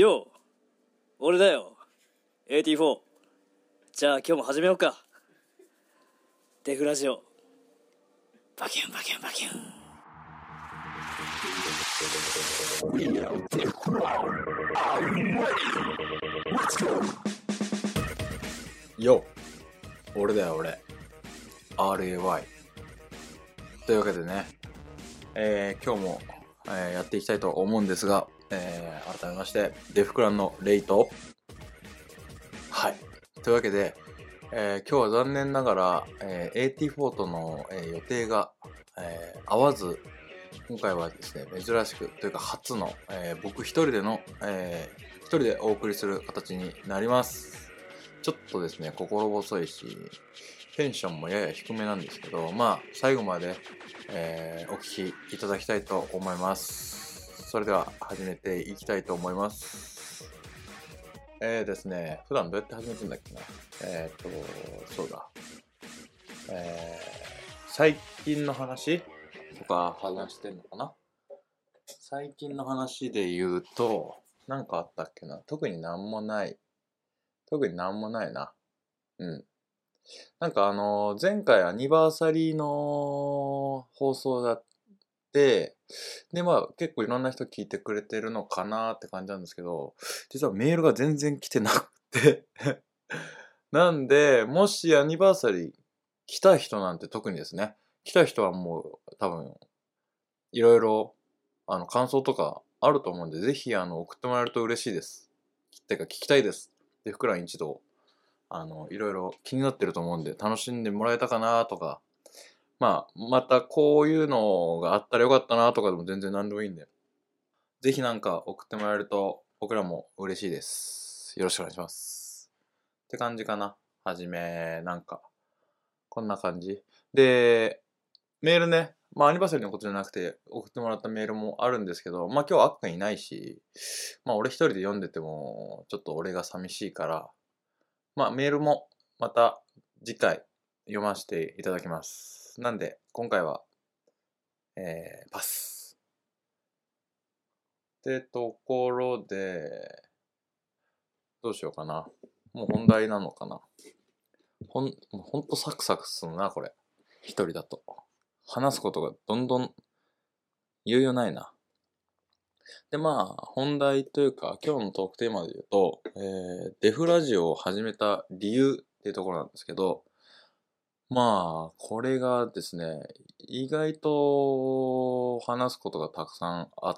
よう、俺だよ AT4。 じゃあ今日も始めようか。デフラジオ。バキュンバキュンバキュン。 よ、俺だよ俺 RAY というわけでね、今日も、やっていきたいと思うんですが、改めましてデフクランのレイと、はいというわけで、今日は残念ながら、AT4 との、予定が、合わず、今回はですね珍しくというか初の、僕一人での、一人でお送りする形になります。ちょっとですね心細いしテンションもやや低めなんですけど、まあ最後まで、お聞きいただきたいと思います。それでは始めていきたいと思います。ですね、普段どうやって始めてんだっけな。そうだ、最近の話とか話してんのかな。最近の話で言うと何かあったっけな。特になんもないな。なんか前回アニバーサリーの放送だって、でまあ結構いろんな人聞いてくれてるのかなって感じなんですけど、実はメールが全然来てなくてなんで、もしアニバーサリー来た人なんて、特にですね、来た人はもう多分いろいろ感想とかあると思うんで、ぜひ送ってもらえると嬉しいです。てか聞きたいです。で、福蘭一同いろいろ気になってると思うんで、楽しんでもらえたかなとか、まあまたこういうのがあったらよかったなとかでも全然何でもいいんで、ぜひなんか送ってもらえると僕らも嬉しいです。よろしくお願いしますって感じかな。はじめなんかこんな感じで、メールね、まあアニバーサリーのことじゃなくて送ってもらったメールもあるんですけど、まあ今日はあっくんいないし、まあ俺一人で読んでてもちょっと俺が寂しいから、まあメールもまた次回読ませていただきます。なんで今回は、パスってところで、どうしようかな。もう本題なのかな。ほんとサクサクするなこれ。一人だと話すことがどんどん猶予ないな。でまあ本題というか今日のトークテーマで言うと、デフラジオを始めた理由っていうところなんですけど、まあこれがですね意外と話すことがたくさんあって、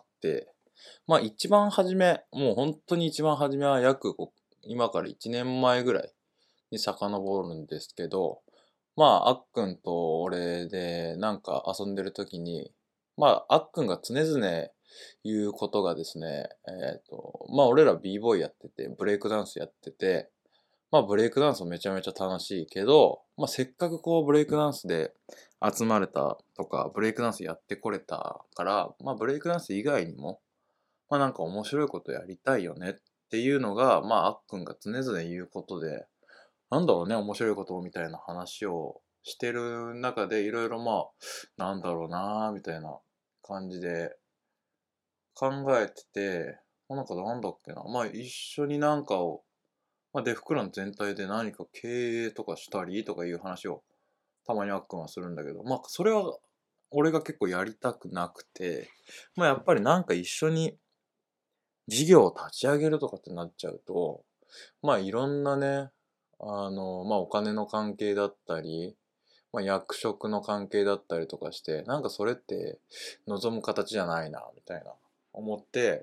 まあ一番初め、もう本当に一番初めは今から1年前ぐらいに遡るんですけど、まああっくんと俺でなんか遊んでる時に、まああっくんが常々言うことがですね、まあ俺ら b ボーイやっててブレイクダンスやってて、まあブレイクダンスめちゃめちゃ楽しいけど、まあせっかくこうブレイクダンスで集まれたとか、ブレイクダンスやってこれたから、まあブレイクダンス以外にも、まあなんか面白いことやりたいよねっていうのが、まああっくんが常々言うことで、なんだろうね、面白いことみたいな話をしてる中で、いろいろまあ、なんだろうなみたいな感じで考えてて、なんかなんだっけな、まあ一緒になんかを、まあ、デフクラン全体で何か経営とかしたりとかいう話をたまにあっくんはするんだけど、まあそれは俺が結構やりたくなくて、まあやっぱりなんか一緒に事業を立ち上げるとかってなっちゃうと、まあいろんなね、まあお金の関係だったり、まあ役職の関係だったりとかして、なんかそれって望む形じゃないな、みたいな思って、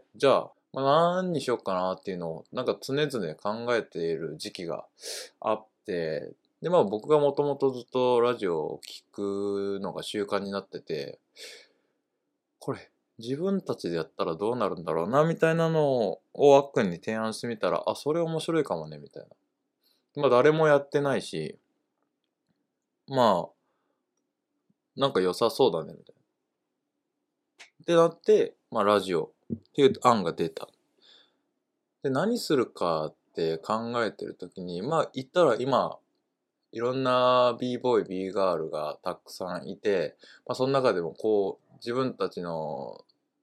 じゃあ、まあ、何にしようかなっていうのをなんか常々考えている時期があって、でまあ僕がもともとずっとラジオを聞くのが習慣になってて、これ自分たちでやったらどうなるんだろうなみたいなのをあっくんに提案してみたら、あ、それ面白いかもねみたいな。まあ誰もやってないし、まあなんか良さそうだねみたいな。ってなって、まあラジオっていう案が出た。で何するかって考えてる時に、まあ言ったら今いろんな b ボーイ b ガールがたくさんいて、まあその中でもこう自分たちの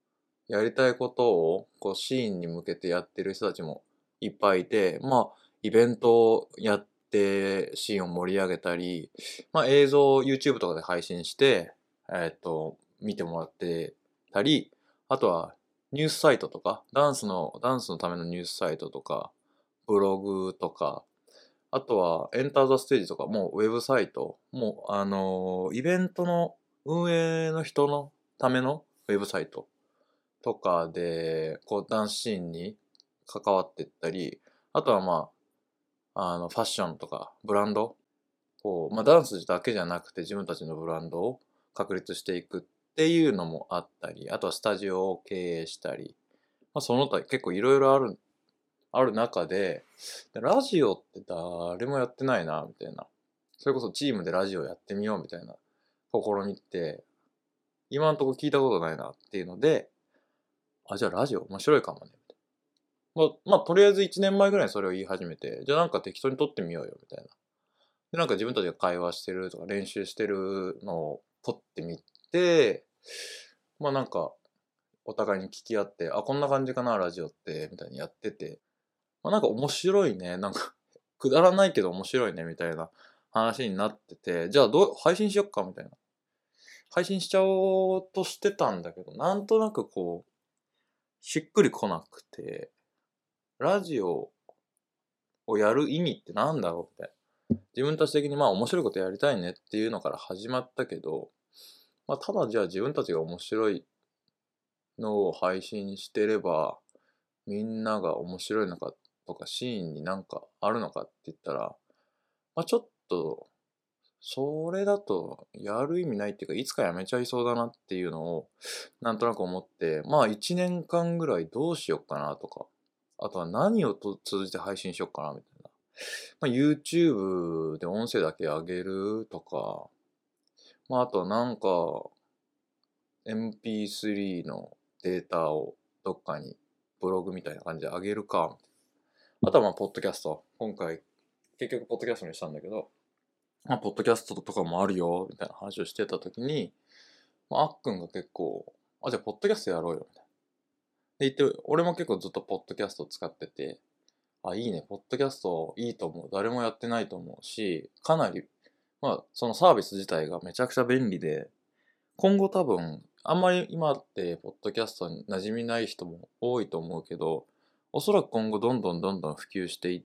やりたいことをこうシーンに向けてやってる人たちもいっぱいいて、まあイベントをやってシーンを盛り上げたり、まあ映像を YouTube とかで配信して、見てもらってたり、あとはニュースサイトとか、ダンスのためのニュースサイトとか、ブログとか、あとはエンターザステージとか、もうウェブサイト、もうイベントの運営の人のためのウェブサイトとかで、こうダンスシーンに関わっていったり、あとはまあ、ファッションとかブランド、こう、まあダンスだけじゃなくて自分たちのブランドを確立していくっていうのもあったり、あとはスタジオを経営したり、まあその他結構いろいろある中で、ラジオって誰もやってないな、みたいな。それこそチームでラジオやってみようみたいな試みって、今のところ聞いたことないなっていうので、じゃあラジオ面白いかもね。まあ、とりあえず1年前ぐらいにそれを言い始めて、じゃあなんか適当に撮ってみようよ、みたいな。で、なんか自分たちが会話してるとか練習してるのを撮ってみて、まあなんか、お互いに聞き合って、こんな感じかな、ラジオって、みたいにやってて、まあなんか面白いね、なんかくだらないけど面白いね、みたいな話になってて、じゃあ配信しよっか、みたいな。配信しちゃおうとしてたんだけど、なんとなくこう、しっくりこなくて、ラジオをやる意味ってなんだろうって。自分たち的にまあ面白いことやりたいねっていうのから始まったけど、まあただじゃあ自分たちが面白いのを配信してれば、みんなが面白いのかとかシーンになんかあるのかって言ったら、まあちょっと、それだとやる意味ないっていうか、いつかやめちゃいそうだなっていうのを、なんとなく思って、まあ1年間ぐらいどうしよっかなとか、あとは何を通じて配信しよっかなみたいな。まあ、YouTube で音声だけ上げるとか、まああとはなんか MP3 のデータをどっかにブログみたいな感じで上げるか。あとはまあポッドキャスト。今回結局ポッドキャストにしたんだけど、まあポッドキャストとかもあるよみたいな話をしてた時に、まあ、あっくんが結構、じゃあポッドキャストやろうよみたいな。で言って、俺も結構ずっとポッドキャストを使ってて、いいね、ポッドキャストいいと思う。誰もやってないと思うし、かなり、まあ、そのサービス自体がめちゃくちゃ便利で、今後多分、あんまり今ってポッドキャストに馴染みない人も多いと思うけど、おそらく今後どんどんどんどん普及していって、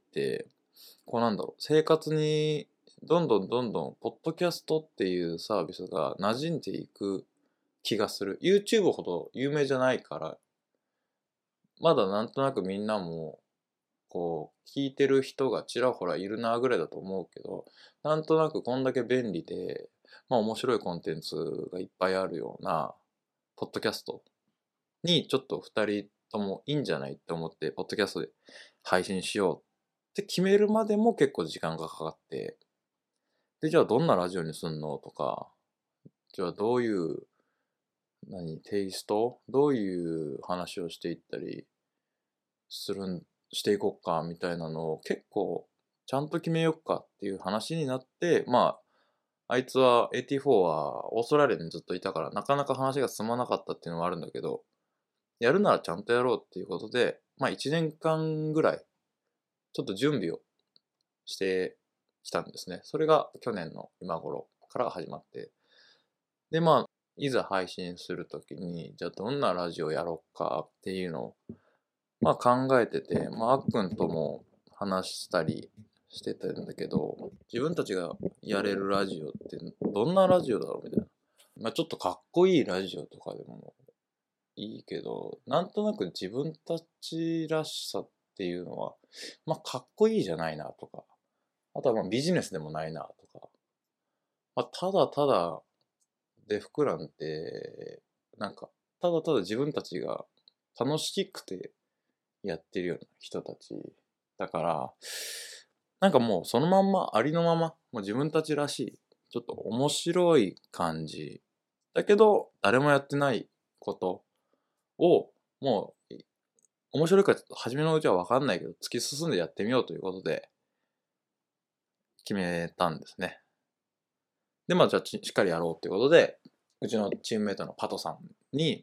こうなんだろう、生活にどんどんどんどんポッドキャストっていうサービスが馴染んでいく気がする。YouTube ほど有名じゃないから、まだなんとなくみんなもこう聞いてる人がちらほらいるなぐらいだと思うけど、なんとなくこんだけ便利で、まあ面白いコンテンツがいっぱいあるようなポッドキャストにちょっと二人ともいいんじゃないって思ってポッドキャストで配信しようって決めるまでも結構時間がかかって、でじゃあどんなラジオにすんのとか、じゃあどういうテイストどういう話をしていったりするんしていこうかみたいなのを結構ちゃんと決めようかっていう話になって、まああいつは AT4 はオーストラリアにずっといたからなかなか話が進まなかったっていうのもあるんだけど、やるならちゃんとやろうっていうことで、まあ1年間ぐらいちょっと準備をしてきたんですね。それが去年の今頃から始まって、でまあいざ配信するときにじゃあどんなラジオやろうかっていうのをまあ考えてて、まあ、あっくんとも話したりしてたんだけど、自分たちがやれるラジオってどんなラジオだろうみたいな。まあちょっとかっこいいラジオとかでもいいけど、なんとなく自分たちらしさっていうのは、まあかっこいいじゃないなとか、あとはまあビジネスでもないなとか、まあ、ただただデフクランって、なんか、ただただ自分たちが楽しくてやってるような人たちだから、なんかもうそのまんまありのまま、もう自分たちらしい、ちょっと面白い感じだけど誰もやってないことをもう面白いか初めのうちは分かんないけど突き進んでやってみようということで決めたんですね。でまあじゃあしっかりやろうということで、うちのチームメイトのパトさんに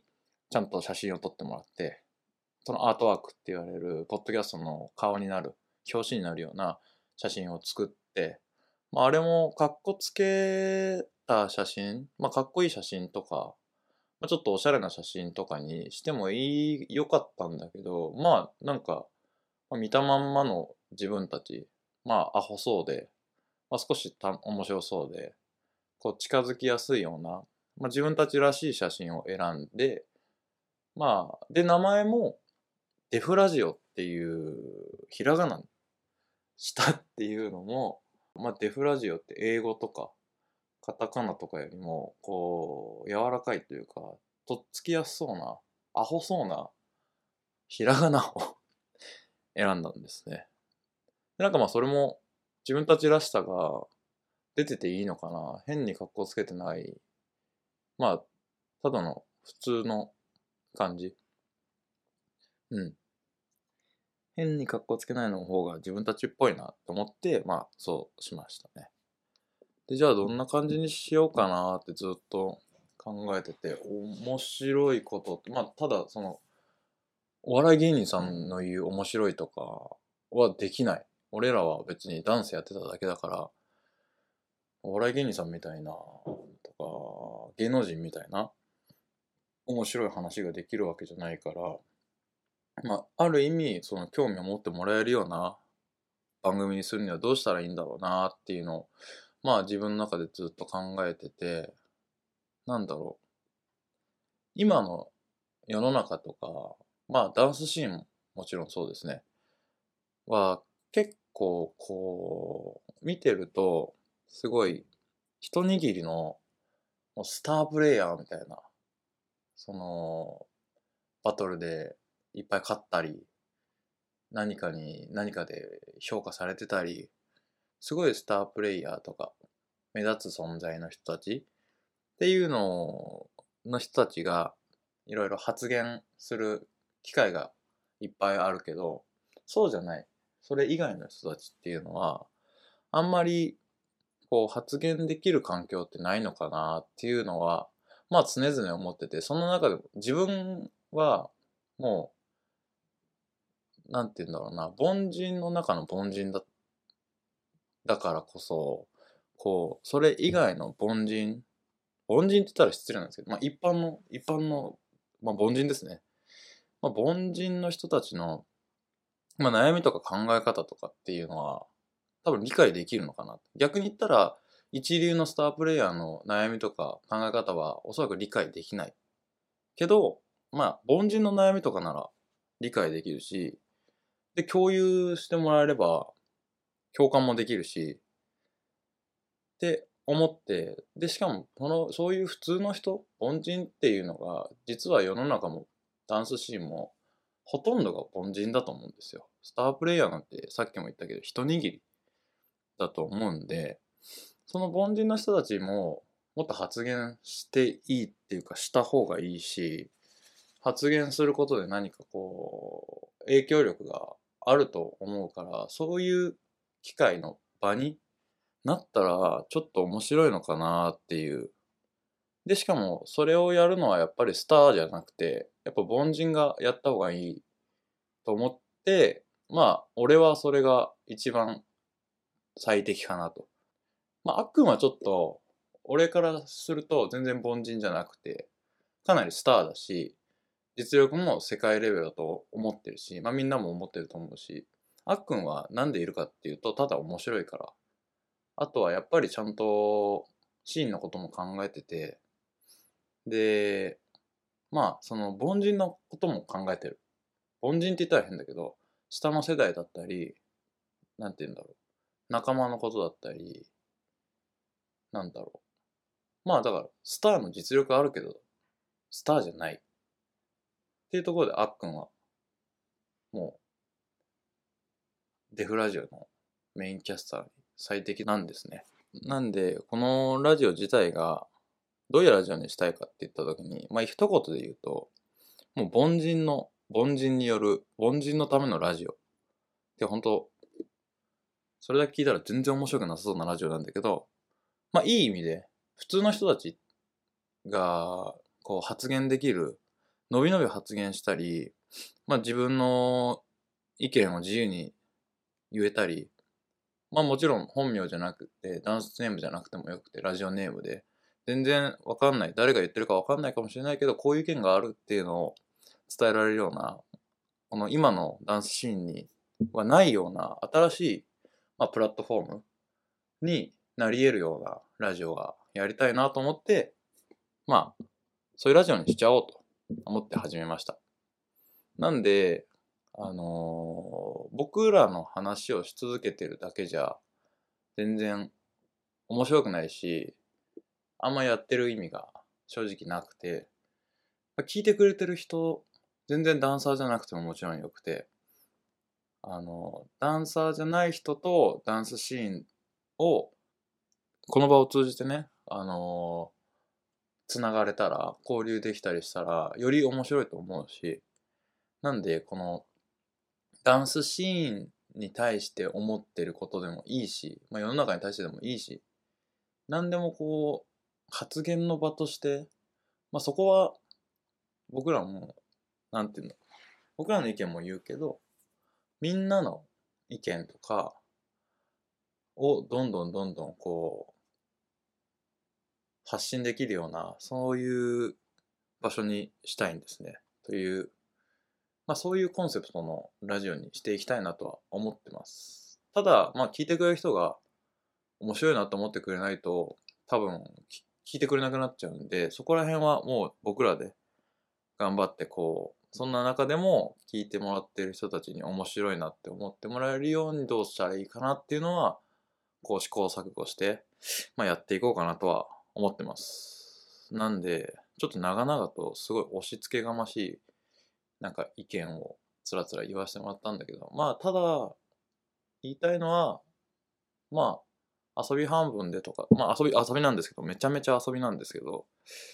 ちゃんと写真を撮ってもらって、そのアートワークって言われるポッドキャストの顔になる、表紙になるような写真を作って、あれもかっこつけた写真、かっこいい写真とか、ちょっとおしゃれな写真とかにしてもよかったんだけど、なんか、見たまんまの自分たち、アホそうで、少し面白そうで、こう近づきやすいような、自分たちらしい写真を選んで、で、名前もデフラジオっていうひらがなにしたっていうのも、デフラジオって英語とかカタカナとかよりもこう柔らかいというか、とっつきやすそうなアホそうなひらがなを選んだんですね。でなんかそれも自分たちらしさが出てていいのかな。変に格好つけてない、ただの普通の感じ。うん。変に格好つけないの方が自分たちっぽいなと思って、そうしましたね。で、じゃあどんな感じにしようかなってずっと考えてて、面白いことって、ただその、お笑い芸人さんの言う面白いとかはできない。俺らは別にダンスやってただけだから、お笑い芸人さんみたいな、とか、芸能人みたいな、面白い話ができるわけじゃないから、ある意味、その興味を持ってもらえるような番組にするにはどうしたらいいんだろうなっていうのを、自分の中でずっと考えてて、なんだろう。今の世の中とか、ダンスシーンももちろんそうですね。は結構こう、見てると、すごい一握りのもうスタープレイヤーみたいな、その、バトルでいっぱい勝ったり、何かで評価されてたり、すごいスタープレイヤーとか、目立つ存在の人たちっていうの人たちがいろいろ発言する機会がいっぱいあるけど、そうじゃない。それ以外の人たちっていうのは、あんまりこう発言できる環境ってないのかなっていうのは、常々思ってて、その中でも自分はもう、なんて言うんだろうな、凡人の中の凡人だからこそ、こう、それ以外の凡人って言ったら失礼なんですけど、一般の、凡人ですね。凡人の人たちの、悩みとか考え方とかっていうのは、多分理解できるのかな。逆に言ったら、一流のスタープレイヤーの悩みとか考え方はおそらく理解できない。けど、凡人の悩みとかなら理解できるし、で、共有してもらえれば共感もできるし、って思って、で、しかも、そういう普通の人、凡人っていうのが、実は世の中もダンスシーンも、ほとんどが凡人だと思うんですよ。スタープレイヤーなんてさっきも言ったけど、一握りだと思うんで、その凡人の人たちも、もっと発言していいっていうか、した方がいいし、発言することで何かこう、影響力があると思うから、そういう機会の場になったら、ちょっと面白いのかなっていう。で、しかも、それをやるのはやっぱりスターじゃなくて、やっぱ凡人がやった方がいいと思って、俺はそれが一番最適かなと。あっくんはちょっと、俺からすると全然凡人じゃなくて、かなりスターだし、実力も世界レベルだと思ってるし、みんなも思ってると思うし、あっくんはなんでいるかっていうと、ただ面白いから。あとはやっぱりちゃんとシーンのことも考えてて、で、その凡人のことも考えてる。凡人って言ったら変だけど、下の世代だったり、なんて言うんだろう。仲間のことだったり、なんだろう。だから、スターの実力あるけど、スターじゃない。っていうところであっくんは、もう、デフラジオのメインキャスターに最適なんですね。なんで、このラジオ自体が、どういうラジオにしたいかって言った時に、一言で言うと、もう凡人による、凡人のためのラジオ。で、本当それだけ聞いたら全然面白くなさそうなラジオなんだけど、いい意味で、普通の人たちが、こう発言できるのびのび発言したり、自分の意見を自由に言えたり、もちろん本名じゃなくて、ダンスネームじゃなくてもよくて、ラジオネームで、全然わかんない、誰が言ってるかわかんないかもしれないけど、こういう意見があるっていうのを伝えられるような、この今のダンスシーンにはないような新しい、プラットフォームになり得るようなラジオがやりたいなと思って、そういうラジオにしちゃおうと思って始めました。なんで、僕らの話をし続けてるだけじゃ全然面白くないし、あんまやってる意味が正直なくて、聞いてくれてる人、全然ダンサーじゃなくてももちろんよくて、ダンサーじゃない人とダンスシーンをこの場を通じてね、つながれたら、交流できたりしたら、より面白いと思うし、なんで、この、ダンスシーンに対して思ってることでもいいし、世の中に対してでもいいし、何でもこう、発言の場として、そこは、僕らも、なんていうの、僕らの意見も言うけど、みんなの意見とかをどんどんこう、発信できるような、そういう場所にしたいんですね。という、そういうコンセプトのラジオにしていきたいなとは思ってます。ただ、聞いてくれる人が面白いなと思ってくれないと、多分聞いてくれなくなっちゃうんで、そこら辺はもう僕らで頑張ってそんな中でも聞いてもらってる人たちに面白いなって思ってもらえるようにどうしたらいいかなっていうのは、試行錯誤して、やっていこうかなとは思ってます。なんで、ちょっと長々とすごい押し付けがましい意見をつらつら言わせてもらったんだけど、ただ言いたいのは、遊び半分でとか、遊びなんですけど、めちゃめちゃ遊びなんですけど、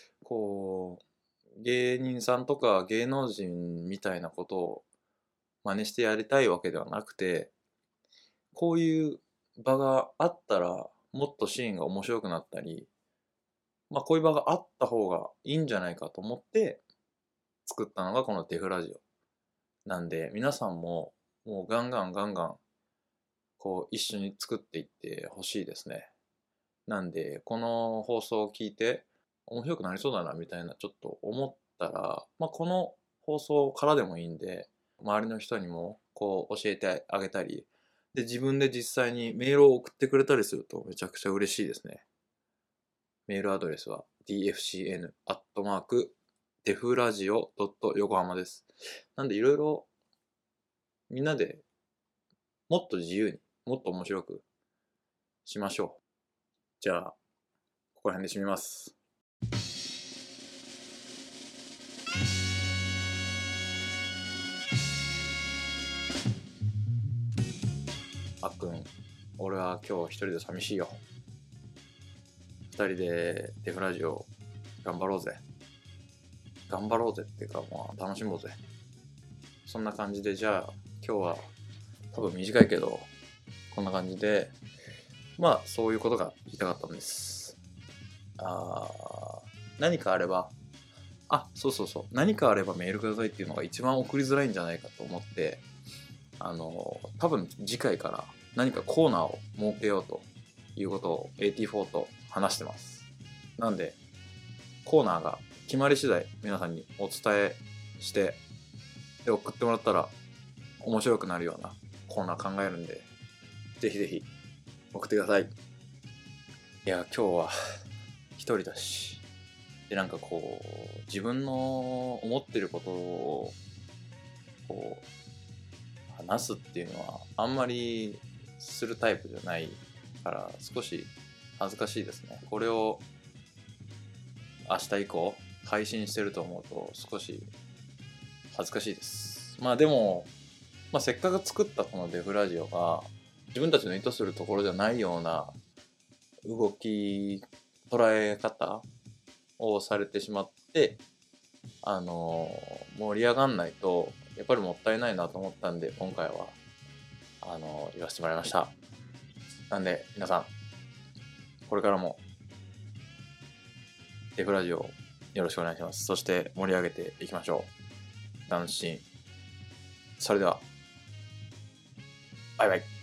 芸人さんとか芸能人みたいなことを真似してやりたいわけではなくて、こういう場があったらもっとシーンが面白くなったり、こういう場があった方がいいんじゃないかと思って作ったのがこのデフラジオなんで、皆さんももうガンガン一緒に作っていってほしいですね。なんでこの放送を聞いて面白くなりそうだなみたいなちょっと思ったら、この放送からでもいいんで、周りの人にも教えてあげたりで、自分で実際にメールを送ってくれたりするとめちゃくちゃ嬉しいですね。メールアドレスは dfcn@defradio.yokohama です。なんでいろいろみんなでもっと自由にもっと面白くしましょう。じゃあここら辺で締めます。あっくん、俺は今日一人で寂しいよ。二人でデフラジオ頑張ろうぜ。頑張ろうぜっていうか、楽しもうぜ。そんな感じで、じゃあ今日は多分短いけどこんな感じで、そういうことが言いたかったんです。何かあれば、そう何かあればメールくださいっていうのが一番送りづらいんじゃないかと思って、多分次回から何かコーナーを設けようということを AT4 と話してます。なんでコーナーが決まり次第皆さんにお伝えしてで送ってもらったら面白くなるようなコーナー考えるんで、ぜひぜひ送ってください。いや今日は一人だし、で自分の思ってることを話すっていうのはあんまりするタイプじゃないから少し恥ずかしいですね。これを明日以降配信してると思うと少し恥ずかしいです。でも、せっかく作ったこのデフラジオが自分たちの意図するところじゃないような動き捉え方をされてしまって盛り上がんないとやっぱりもったいないなと思ったんで、今回は言わせてもらいました。なんで皆さんこれからもデフラジオよろしくお願いします。そして盛り上げていきましょう。男子。それでは、バイバイ。